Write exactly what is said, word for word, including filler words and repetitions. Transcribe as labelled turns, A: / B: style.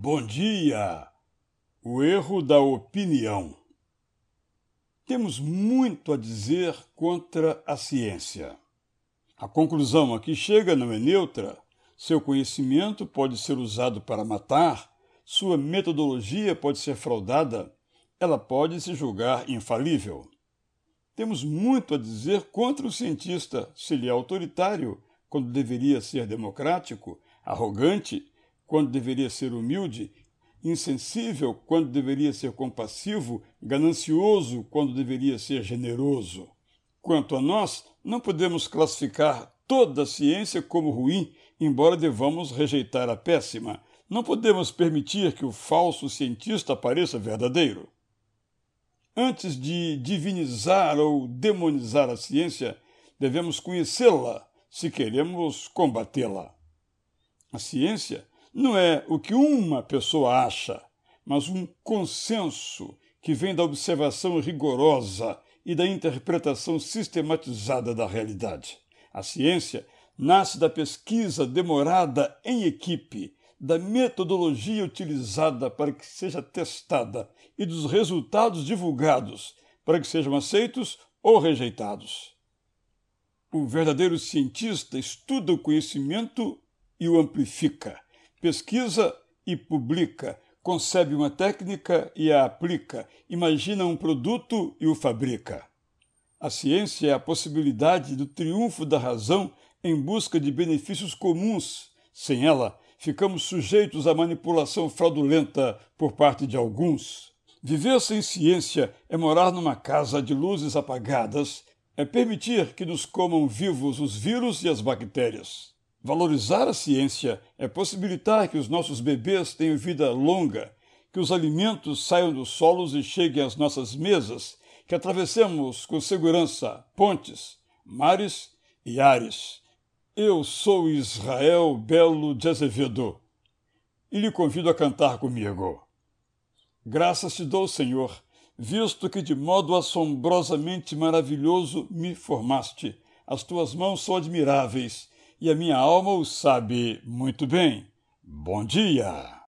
A: Bom dia! O erro da opinião. Temos muito a dizer contra a ciência. A conclusão a que chega não é neutra. Seu conhecimento pode ser usado para matar, sua metodologia pode ser fraudada, ela pode se julgar infalível. Temos muito a dizer contra o cientista, se ele é autoritário, quando deveria ser democrático, arrogante, quando deveria ser humilde, insensível, quando deveria ser compassivo, ganancioso, quando deveria ser generoso. Quanto a nós, não podemos classificar toda a ciência como ruim, embora devamos rejeitar a péssima. Não podemos permitir que o falso cientista pareça verdadeiro. Antes de divinizar ou demonizar a ciência, devemos conhecê-la se queremos combatê-la. A ciência não é o que uma pessoa acha, mas um consenso que vem da observação rigorosa e da interpretação sistematizada da realidade. A ciência nasce da pesquisa demorada em equipe, da metodologia utilizada para que seja testada e dos resultados divulgados para que sejam aceitos ou rejeitados. O verdadeiro cientista estuda o conhecimento e o amplifica. Pesquisa e publica, concebe uma técnica e a aplica, imagina um produto e o fabrica. A ciência é a possibilidade do triunfo da razão em busca de benefícios comuns. Sem ela, ficamos sujeitos à manipulação fraudulenta por parte de alguns. Viver sem ciência é morar numa casa de luzes apagadas, é permitir que nos comam vivos os vírus e as bactérias. Valorizar a ciência é possibilitar que os nossos bebês tenham vida longa, que os alimentos saiam dos solos e cheguem às nossas mesas, que atravessemos com segurança pontes, mares e ares. Eu sou Israel Belo de Azevedo e lhe convido a cantar comigo. Graças te dou, Senhor, visto que de modo assombrosamente maravilhoso me formaste. As tuas mãos são admiráveis, e a minha alma o sabe muito bem. Bom dia!